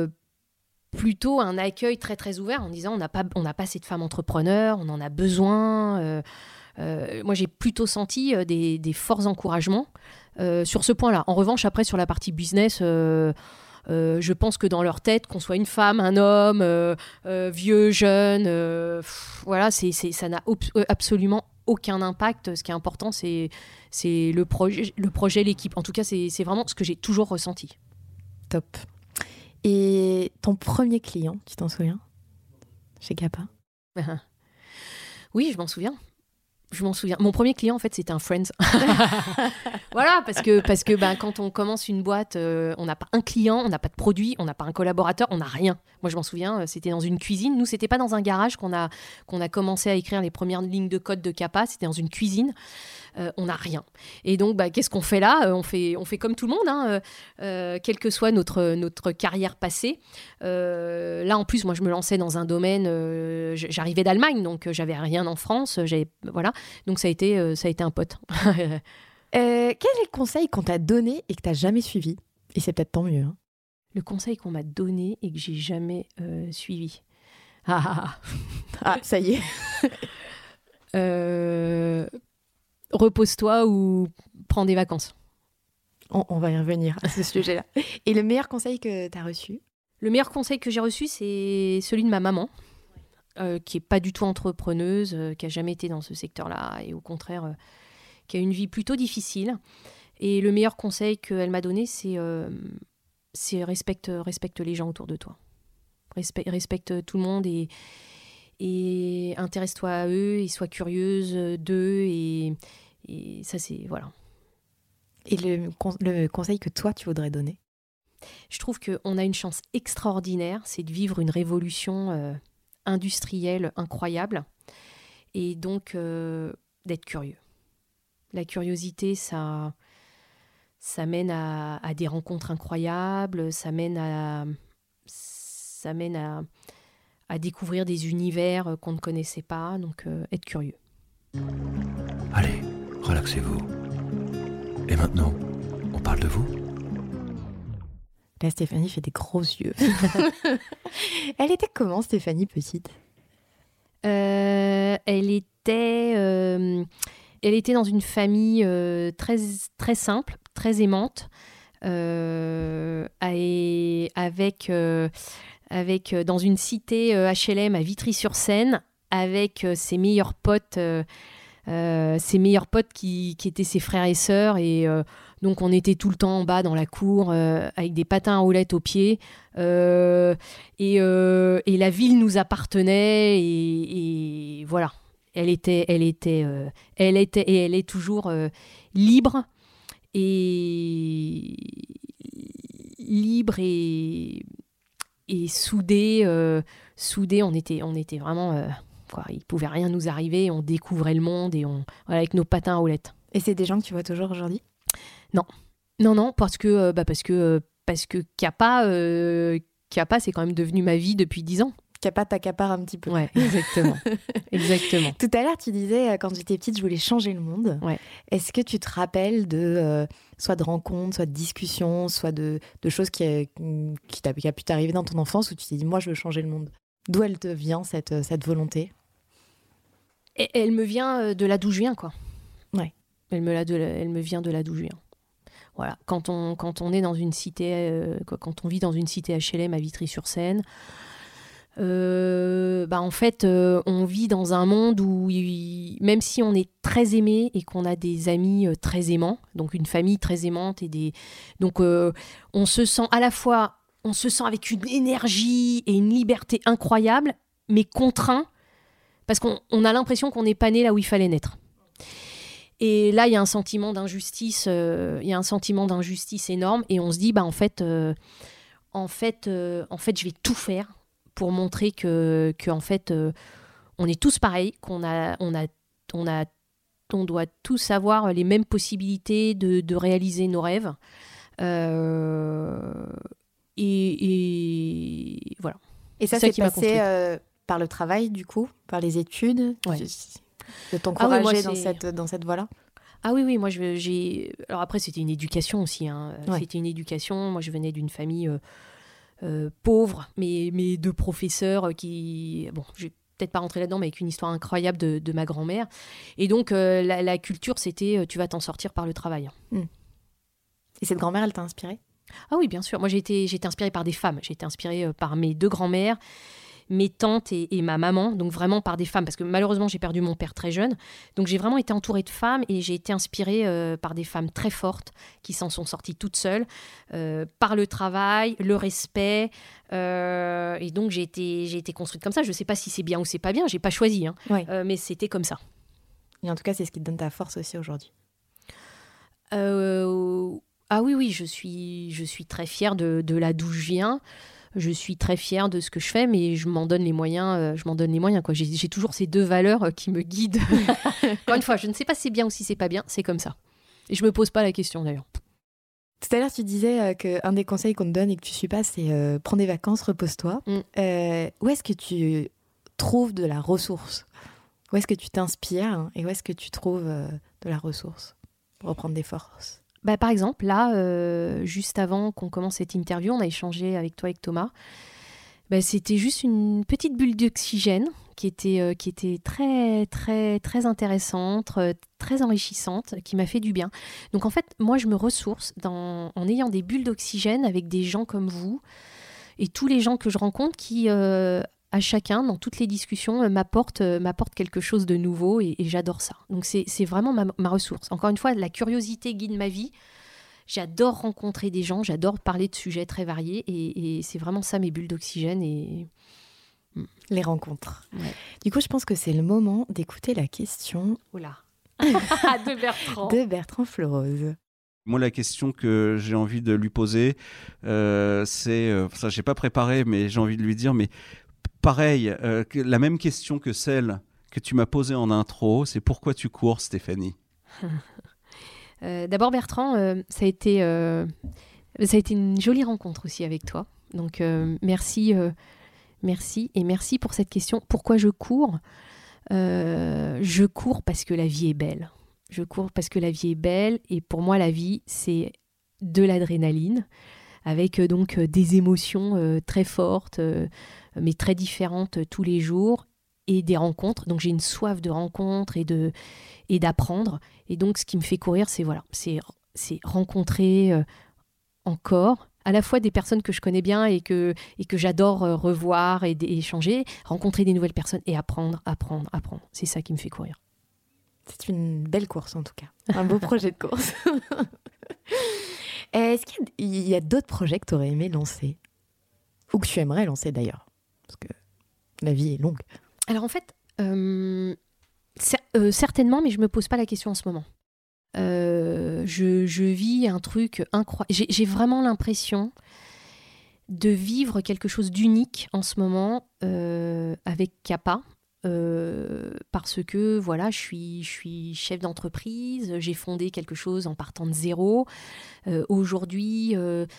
un accueil très très ouvert en disant on n'a pas assez de femmes entrepreneurs, on en a besoin. Moi, j'ai plutôt senti des forts encouragements sur ce point-là. En revanche, après, sur la partie business, je pense que dans leur tête, qu'on soit une femme, un homme, vieux, jeune, voilà, ça n'a absolument aucun impact. Ce qui est important, c'est le projet, l'équipe. En tout cas, c'est vraiment ce que j'ai toujours ressenti. Top. Et ton premier client, tu t'en souviens? Chez Kappa? Oui, je m'en souviens. Mon premier client, en fait, c'était un Friends. Voilà, parce que quand on commence une boîte, on n'a pas un client, on n'a pas de produit, on n'a pas un collaborateur, on n'a rien. Moi, je m'en souviens, c'était dans une cuisine. Nous, c'était pas dans un garage qu'on a commencé à écrire les premières lignes de code de Kappa. C'était dans une cuisine. On n'a rien. Et donc, qu'est-ce qu'on fait là? On fait comme tout le monde, hein, quelle que soit notre carrière passée. Là, en plus, moi, je me lançais dans un domaine. J'arrivais d'Allemagne, donc j'avais rien en France. Voilà. Donc, ça a été un pote. Quel est le conseil qu'on t'a donné et que t'as jamais suivi ? Et c'est peut-être tant mieux. Hein. Le conseil qu'on m'a donné et que j'ai jamais suivi. Ça y est. Repose-toi ou prends des vacances. On va y revenir à ce sujet-là. Et le meilleur conseil que t'as reçu ? Le meilleur conseil que j'ai reçu, c'est celui de ma maman, qui n'est pas du tout entrepreneuse, qui n'a jamais été dans ce secteur-là, et au contraire, qui a une vie plutôt difficile. Et le meilleur conseil qu'elle m'a donné, c'est respecte les gens autour de toi. Respecte tout le monde et intéresse-toi à eux et sois curieuse d'eux. Et ça, c'est... Voilà. Et le conseil que toi, tu voudrais donner ? Je trouve qu'on a une chance extraordinaire, c'est de vivre une révolution industrielle incroyable et donc d'être curieux. La curiosité, ça mène à des rencontres incroyables, ça mène à découvrir des univers qu'on ne connaissait pas, donc être curieux. Allez, relaxez-vous. Et maintenant, on parle de vous ? Là, Stéphanie fait des gros yeux. Elle était comment, Stéphanie, petite ? Elle était dans une famille très, très simple, très aimante, avec dans une cité HLM à Vitry-sur-Seine, avec ses meilleurs potes qui étaient ses frères et sœurs. Et donc, on était tout le temps en bas dans la cour avec des patins à roulettes aux pieds. Et la ville nous appartenait. Et voilà. Elle était et elle est toujours libre et soudée. On était vraiment... il ne pouvait rien nous arriver, on découvrait le monde et avec nos patins à roulettes. Et c'est des gens que tu vois toujours aujourd'hui ? Non, parce que Kappa, c'est quand même devenu ma vie depuis 10 ans. Kappa t'accapare un petit peu. Ouais, exactement. Exactement. Tout à l'heure, tu disais, quand j'étais petite, je voulais changer le monde. Ouais. Est-ce que tu te rappelles de soit de rencontres, soit de discussions, soit de choses qui a pu t'arriver dans ton enfance où tu t'es dit, moi, je veux changer le monde ? D'où elle te vient, cette volonté ? Elle me vient de là d'où je viens, quoi. Ouais. Elle me vient de là d'où je viens. Voilà. Quand on est dans une cité, quand on vit dans une cité HLM à Vitry-sur-Seine, en fait, on vit dans un monde où, même si on est très aimé et qu'on a des amis très aimants, donc une famille très aimante, donc on se sent à la fois... On se sent avec une énergie et une liberté incroyable, mais contraint, parce qu'on a l'impression qu'on n'est pas né là où il fallait naître. Et là, il y a un sentiment d'injustice, énorme, et on se dit, en fait, je vais tout faire pour montrer que en fait, on est tous pareils, qu'on doit tous avoir les mêmes possibilités de réaliser nos rêves. Et voilà. Et ça s'est passé par le travail, du coup, par les études, ouais. De t'encourager dans cette voie-là. Ah oui, moi alors après, c'était une éducation aussi. Hein. Ouais. C'était une éducation. Moi, je venais d'une famille pauvre, mais de professeurs qui... Bon, je vais peut-être pas rentrer là-dedans, mais avec une histoire incroyable de ma grand-mère. Et donc, la culture, c'était tu vas t'en sortir par le travail. Et cette grand-mère, elle t'a inspirée ? Ah oui, bien sûr. Moi, j'ai été inspirée par des femmes. J'ai été inspirée par mes 2 grands-mères, mes tantes et ma maman. Donc vraiment par des femmes. Parce que malheureusement, j'ai perdu mon père très jeune. Donc j'ai vraiment été entourée de femmes et j'ai été inspirée par des femmes très fortes qui s'en sont sorties toutes seules. Par le travail, le respect. Et donc j'ai été construite comme ça. Je ne sais pas si c'est bien ou c'est pas bien. Je n'ai pas choisi. Hein. Ouais. Mais c'était comme ça. Et en tout cas, c'est ce qui te donne ta force aussi aujourd'hui. Ah oui, je suis très fière de là d'où je viens. Je suis très fière de ce que je fais, mais je m'en donne les moyens. Quoi. J'ai toujours ces 2 valeurs qui me guident. Encore une fois, je ne sais pas si c'est bien ou si c'est pas bien. C'est comme ça. Et je me pose pas la question d'ailleurs. Tout à l'heure, tu disais qu'un des conseils qu'on te donne et que tu suis pas, c'est prends des vacances, repose-toi. Où est-ce que tu trouves de la ressource ? Où est-ce que tu t'inspires et où est-ce que tu trouves de la ressource ? pour reprendre des forces? Par exemple, là, juste avant qu'on commence cette interview, on a échangé avec toi et avec Thomas. C'était juste une petite bulle d'oxygène qui était très, très, très intéressante, très enrichissante, qui m'a fait du bien. Donc en fait, moi, je me ressource en ayant des bulles d'oxygène avec des gens comme vous et tous les gens que je rencontre qui, à chacun, dans toutes les discussions, m'apportent quelque chose de nouveau et j'adore ça. Donc c'est vraiment ma ressource. Encore une fois, la curiosité guide ma vie. J'adore rencontrer des gens, j'adore parler de sujets très variés et c'est vraiment ça mes bulles d'oxygène. Les rencontres. Ouais. Du coup, je pense que c'est le moment d'écouter la question de Bertrand. De Bertrand Fleurose. Moi, la question que j'ai envie de lui poser, c'est... ça, je n'ai pas préparé, mais j'ai envie de lui dire, mais pareil, la même question que celle que tu m'as posée en intro, c'est pourquoi tu cours, Stéphanie? D'abord, Bertrand, ça a été une jolie rencontre aussi avec toi. Donc, merci et merci pour cette question. Pourquoi je cours? Je cours parce que la vie est belle. Je cours parce que la vie est belle et pour moi, la vie, c'est de l'adrénaline avec donc des émotions très fortes, mais très différentes tous les jours et des rencontres. Donc, j'ai une soif de rencontres et d'apprendre. Et donc, ce qui me fait courir, c'est rencontrer encore à la fois des personnes que je connais bien et que j'adore revoir et échanger, rencontrer des nouvelles personnes et apprendre. C'est ça qui me fait courir. C'est une belle course en tout cas. Un beau projet de course. Est-ce qu'il y a d'autres projets que tu aurais aimé lancer? Ou que tu aimerais lancer d'ailleurs? Parce que la vie est longue. Alors en fait, certainement, mais je ne me pose pas la question en ce moment. Je vis un truc incroyable. J'ai vraiment l'impression de vivre quelque chose d'unique en ce moment avec Kappa. Parce que voilà, je suis chef d'entreprise, j'ai fondé quelque chose en partant de zéro. Aujourd'hui,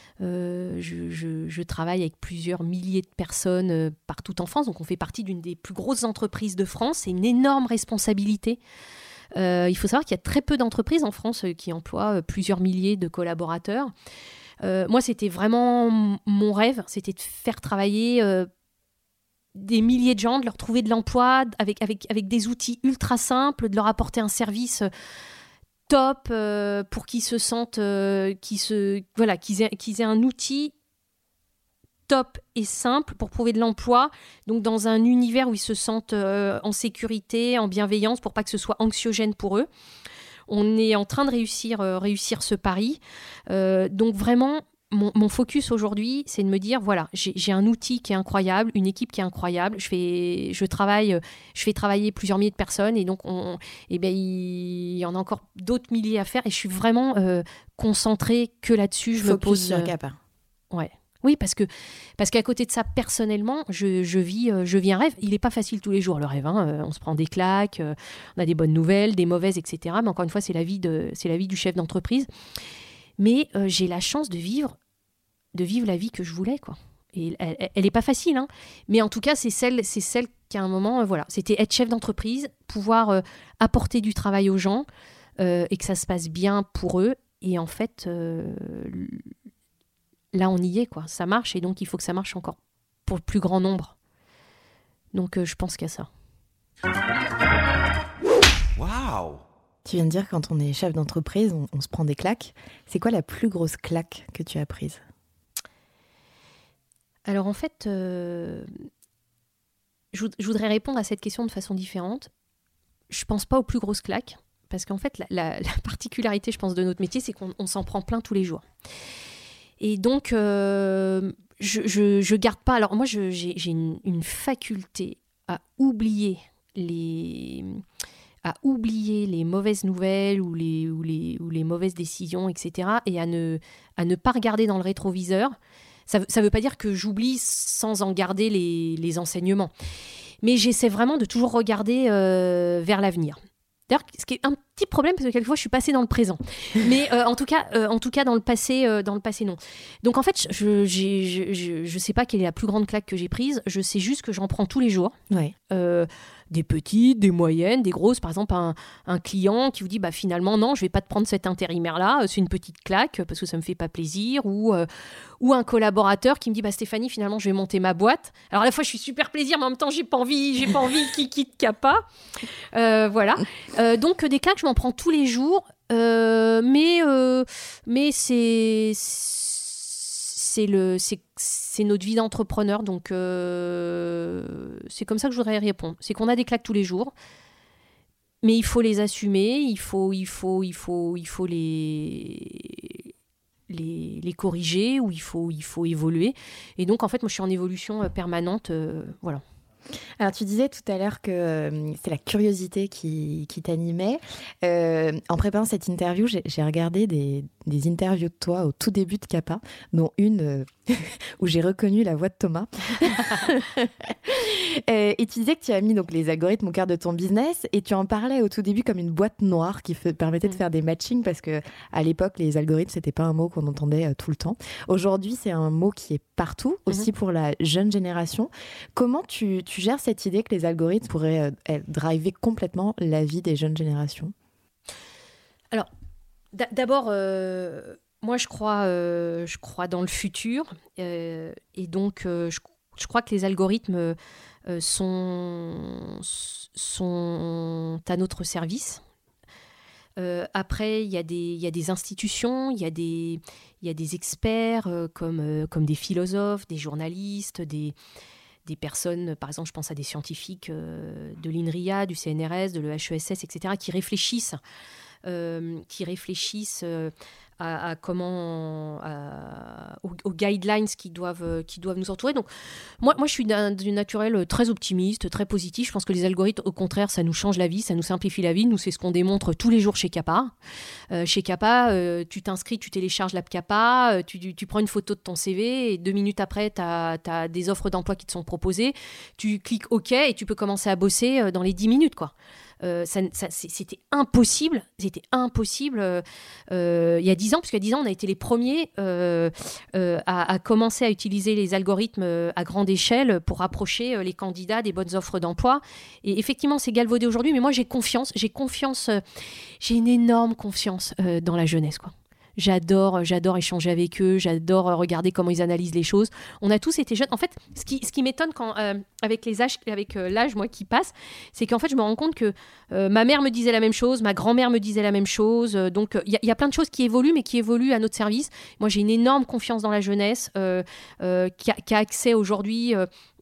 je travaille avec plusieurs milliers de personnes partout en France, donc on fait partie d'une des plus grosses entreprises de France. C'est une énorme responsabilité. Il faut savoir qu'il y a très peu d'entreprises en France qui emploient plusieurs milliers de collaborateurs. Moi, c'était vraiment mon rêve, c'était de faire travailler des milliers de gens, de leur trouver de l'emploi avec des outils ultra simples, de leur apporter un service top pour qu'ils se sentent, qu'ils aient un outil top et simple pour trouver de l'emploi, donc dans un univers où ils se sentent en sécurité, en bienveillance, pour pas que ce soit anxiogène pour eux. On est en train de réussir ce pari. Donc vraiment, mon focus aujourd'hui, c'est de me dire, voilà, j'ai un outil qui est incroyable, une équipe qui est incroyable, je fais travailler plusieurs milliers de personnes et donc il y en a encore d'autres milliers à faire et je suis vraiment concentrée que là-dessus. Je me pose sur Kappa. Ouais. Oui, parce qu'à côté de ça, personnellement, je vis un rêve. Il n'est pas facile tous les jours, le rêve. On se prend des claques, on a des bonnes nouvelles, des mauvaises, etc. Mais encore une fois, c'est la vie du chef d'entreprise. Mais j'ai la chance de vivre la vie que je voulais, quoi. Et elle n'est pas facile, hein. Mais en tout cas, c'est celle qu'à un moment, voilà, c'était être chef d'entreprise, pouvoir apporter du travail aux gens et que ça se passe bien pour eux. Et en fait... là, on y est, quoi. Ça marche et donc il faut que ça marche encore pour le plus grand nombre. Donc, je pense qu'il y a ça. Waouh! Tu viens de dire que quand on est chef d'entreprise, on se prend des claques. C'est quoi la plus grosse claque que tu as prise? Alors, en fait, je voudrais répondre à cette question de façon différente. Je pense pas aux plus grosses claques parce qu'en fait, la particularité, je pense, de notre métier, c'est qu'on s'en prend plein tous les jours. Et donc, je garde pas... Alors moi, j'ai une faculté à oublier les mauvaises nouvelles ou les mauvaises décisions, etc. Et à ne pas regarder dans le rétroviseur. Ça veut pas dire que j'oublie sans en garder les enseignements. Mais j'essaie vraiment de toujours regarder vers l'avenir. D'ailleurs, ce qui est un petit problème parce que quelquefois je suis passée dans le présent, mais en tout cas dans le passé non. Donc en fait je sais pas quelle est la plus grande claque que j'ai prise, je sais juste que j'en prends tous les jours. Ouais. des petites, des moyennes, des grosses. Par exemple, un client qui vous dit finalement non, je vais pas te prendre cet intérimaire-là, c'est une petite claque parce que ça me fait pas plaisir. Ou un collaborateur qui me dit Stéphanie, finalement je vais monter ma boîte. Alors à la fois je suis super plaisir, mais en même temps j'ai pas envie qu'il quitte Kappa. Voilà. Donc des claques, je m'en prends tous les jours. Mais c'est notre vie d'entrepreneur, donc c'est comme ça que je voudrais y répondre. C'est qu'on a des claques tous les jours, mais il faut les assumer, il faut les corriger, ou il faut évoluer. Et donc en fait, moi je suis en évolution permanente, voilà. Alors, tu disais tout à l'heure que c'est la curiosité qui t'animait. En préparant cette interview, j'ai regardé des interviews de toi au tout début de Kappa, dont une où j'ai reconnu la voix de Thomas. Et tu disais que tu as mis donc les algorithmes au cœur de ton business, et tu en parlais au tout début comme une boîte noire qui permettait de faire des matchings, parce qu'à l'époque, les algorithmes, c'était pas un mot qu'on entendait tout le temps. Aujourd'hui, c'est un mot qui est partout, aussi pour la jeune génération. Comment tu gères cette idée que les algorithmes pourraient driver complètement la vie des jeunes générations ? Alors, d'abord, moi, je crois dans le futur. Et donc, je crois que les algorithmes sont à notre service. Après, il y a des institutions, il y a des experts comme des philosophes, des journalistes, des personnes, par exemple, je pense à des scientifiques de l'INRIA, du CNRS, de l'EHESS, etc., qui réfléchissent à comment, aux guidelines qui doivent nous entourer. Donc, moi, je suis d'une naturelle très optimiste, très positive. Je pense que les algorithmes, au contraire, ça nous change la vie, ça nous simplifie la vie. Nous, c'est ce qu'on démontre tous les jours chez Kappa. Chez Kappa, tu t'inscris, tu télécharges l'app Kappa, tu prends une photo de ton CV, et 2 minutes après, tu as des offres d'emploi qui te sont proposées. Tu cliques OK et tu peux commencer à bosser dans les 10 minutes, quoi. C'était impossible il y a 10 ans, parce qu'il y a 10 ans, on a été les premiers à commencer à utiliser les algorithmes à grande échelle pour rapprocher les candidats des bonnes offres d'emploi. Et effectivement, c'est galvaudé aujourd'hui, mais moi j'ai une énorme confiance dans la jeunesse, quoi. J'adore échanger avec eux, j'adore regarder comment ils analysent les choses. On a tous été jeunes. En fait, ce qui m'étonne avec l'âge moi qui passe, c'est qu'en fait je me rends compte que ma mère me disait la même chose, ma grand-mère me disait la même chose. Donc il y a plein de choses qui évoluent, mais qui évoluent à notre service. Moi j'ai une énorme confiance dans la jeunesse qui a accès aujourd'hui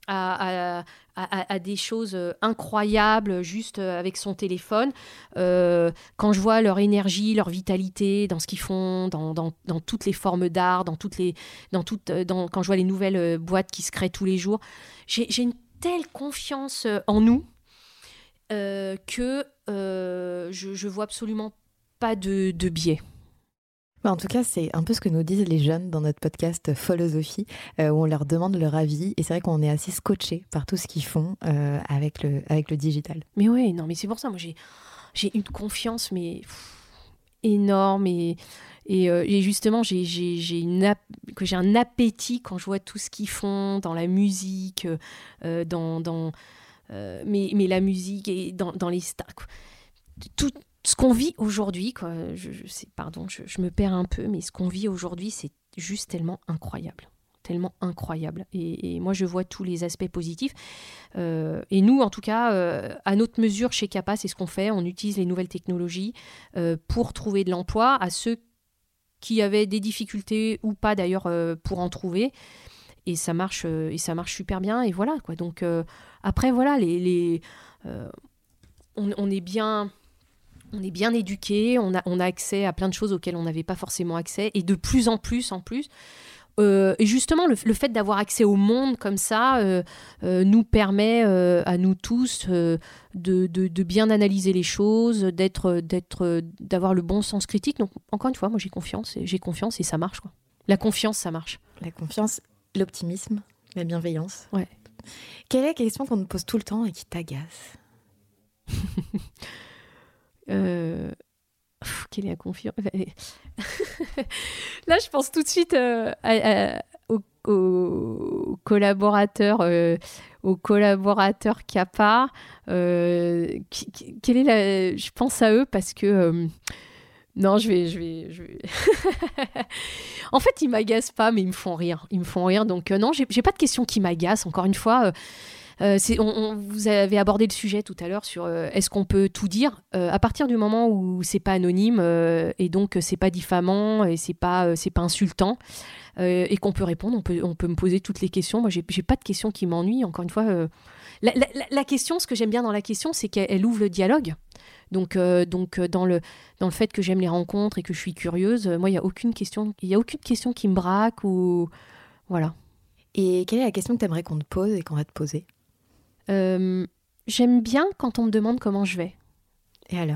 à des choses incroyables juste avec son téléphone. Quand je vois leur énergie, leur vitalité dans ce qu'ils font, dans toutes les formes d'art, quand je vois les nouvelles boîtes qui se créent tous les jours, j'ai une telle confiance en nous que je vois absolument pas de biais. En tout cas, c'est un peu ce que nous disent les jeunes dans notre podcast Philosophie, où on leur demande leur avis. Et c'est vrai qu'on est assez scotché par tout ce qu'ils font avec le digital. Mais oui, non, mais c'est pour ça. Moi, j'ai une confiance énorme. Et justement, j'ai un appétit quand je vois tout ce qu'ils font dans la musique, mais la musique et dans les stars. Tout ce qu'on vit aujourd'hui, quoi, je me perds un peu, mais ce qu'on vit aujourd'hui, c'est juste tellement incroyable. Et moi, je vois tous les aspects positifs. Et nous, en tout cas, à notre mesure, chez Kappa, c'est ce qu'on fait. On utilise les nouvelles technologies pour trouver de l'emploi à ceux qui avaient des difficultés ou pas, d'ailleurs, pour en trouver. Et ça marche super bien. Et voilà, quoi. Donc, après, voilà, on est bien... On est bien éduqués, on a accès à plein de choses auxquelles on n'avait pas forcément accès, et de plus en plus. Et justement, le fait d'avoir accès au monde comme ça nous permet à nous tous de bien analyser les choses, d'avoir le bon sens critique. Donc, encore une fois, moi j'ai confiance et ça marche, quoi. La confiance, ça marche. La confiance, l'optimisme, la bienveillance. Ouais. Quelle est la question qu'on nous pose tout le temps et qui t'agace ? Quelle est la confiance ? Là, je pense tout de suite collaborateurs CAPA. Je pense à eux parce que non, je vais. En fait, ils m'agacent pas, mais ils me font rire. Donc non, j'ai pas de questions qui m'agacent. Encore une fois. Vous avez abordé le sujet tout à l'heure sur est-ce qu'on peut tout dire à partir du moment où c'est pas anonyme et donc c'est pas diffamant et c'est pas insultant et qu'on peut répondre, on peut me poser toutes les questions. Moi, j'ai pas de questions qui m'ennuient. Encore une fois, la question, ce que j'aime bien dans la question, c'est qu'elle ouvre le dialogue. Donc dans le fait que j'aime les rencontres et que je suis curieuse, moi, il y a aucune question qui me braque ou voilà. Et quelle est la question que tu aimerais qu'on te pose et qu'on va te poser ? J'aime bien quand on me demande comment je vais. Et alors ?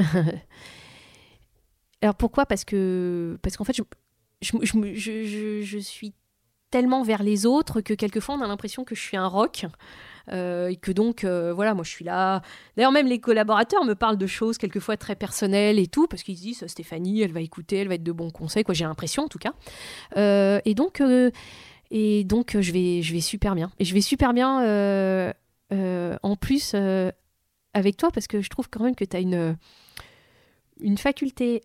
Alors pourquoi ? Parce qu'en fait, je suis tellement vers les autres que quelquefois on a l'impression que je suis un roc et que donc voilà, moi je suis là. D'ailleurs même les collaborateurs me parlent de choses quelquefois très personnelles et tout parce qu'ils se disent Stéphanie, elle va écouter, elle va être de bons conseils, quoi. J'ai l'impression en tout cas. Et donc je vais super bien. Et je vais super bien en plus avec toi parce que je trouve quand même que tu as une faculté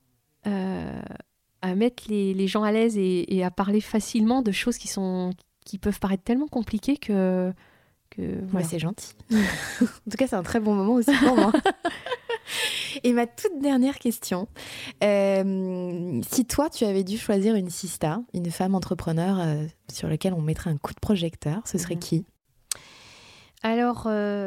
à mettre les gens à l'aise et à parler facilement de choses qui peuvent paraître tellement compliquées que voilà. C'est gentil. En tout cas, c'est un très bon moment aussi pour moi. Et ma toute dernière question, si toi, tu avais dû choisir une sista, une femme entrepreneur sur laquelle on mettrait un coup de projecteur, ce serait qui ? Alors,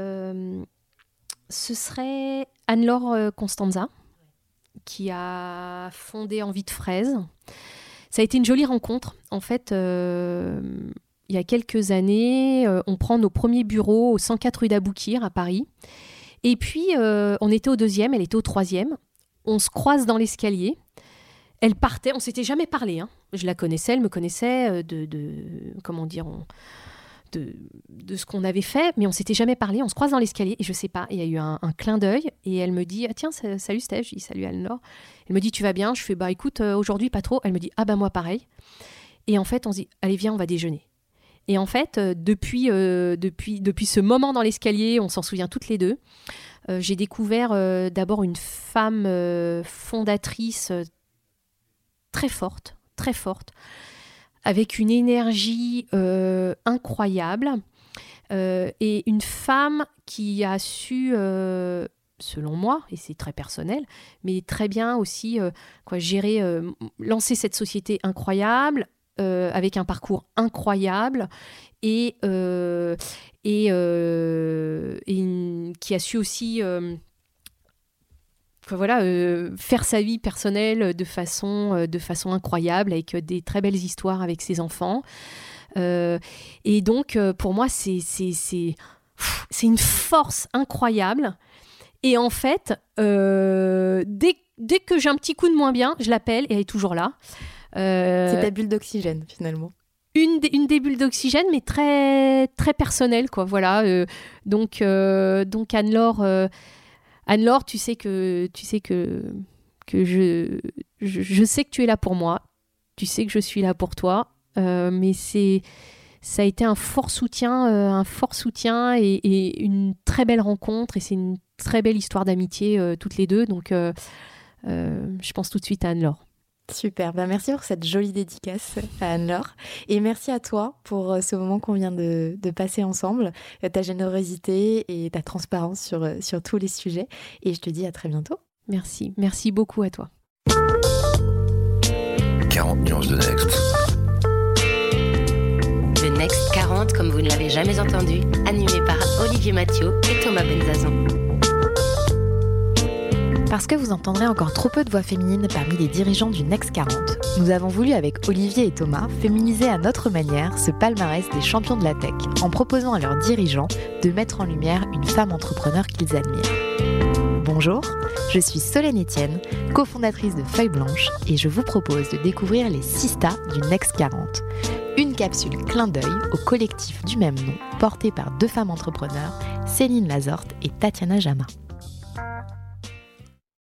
ce serait Anne-Laure Constanza, qui a fondé Envie de Fraise. Ça a été une jolie rencontre. En fait, il y a quelques années, on prend nos premiers bureaux au 104 rue d'Aboukir à Paris. Et puis, on était au 2e, elle était au 3e. On se croise dans l'escalier. Elle partait, on ne s'était jamais parlé. Hein. Je la connaissais, elle me connaissait comment dire, de ce qu'on avait fait, mais on ne s'était jamais parlé. On se croise dans l'escalier et je ne sais pas, il y a eu un clin d'œil et elle me dit « Ah tiens, salut Steph », je dis « Salut Anne-Laure ». Elle me dit « Tu vas bien ?» Je fais « Bah écoute, aujourd'hui pas trop ». Elle me dit « Ah bah moi pareil ». Et en fait, on se dit « Allez viens, on va déjeuner ». Et en fait, depuis ce moment dans l'escalier, on s'en souvient toutes les deux, j'ai découvert d'abord une femme fondatrice très forte, avec une énergie incroyable, et une femme qui a su, selon moi, et c'est très personnel, mais très bien aussi gérer, lancer cette société incroyable, avec un parcours incroyable et qui a su aussi faire sa vie personnelle de façon incroyable avec des très belles histoires avec ses enfants. Et donc, pour moi, c'est une force incroyable. Et en fait, dès que j'ai un petit coup de moins bien, je l'appelle et elle est toujours là. C'est ta bulle d'oxygène, finalement. Une des bulles d'oxygène, mais très, très personnelle, quoi. Voilà. Donc Anne-Laure, tu sais que je sais que tu es là pour moi. Tu sais que je suis là pour toi. Mais ça a été un fort soutien et une très belle rencontre. Et c'est une très belle histoire d'amitié, toutes les deux. Donc, je pense tout de suite à Anne-Laure. Super, merci pour cette jolie dédicace à Anne-Laure. Et merci à toi pour ce moment qu'on vient de passer ensemble, ta générosité et ta transparence sur tous les sujets. Et je te dis à très bientôt. Merci beaucoup à toi. 40 nuances de Next. Le Next 40, comme vous ne l'avez jamais entendu, animé par Olivier Mathieu et Thomas Benzazon. Parce que vous entendrez encore trop peu de voix féminines parmi les dirigeants du Next 40, nous avons voulu avec Olivier et Thomas féminiser à notre manière ce palmarès des champions de la tech en proposant à leurs dirigeants de mettre en lumière une femme entrepreneur qu'ils admirent. Bonjour, je suis Solène Etienne, cofondatrice de Feuille Blanche et je vous propose de découvrir les sistas du Next 40. Une capsule clin d'œil au collectif du même nom porté par deux femmes entrepreneurs, Céline Lazorte et Tatiana Jama.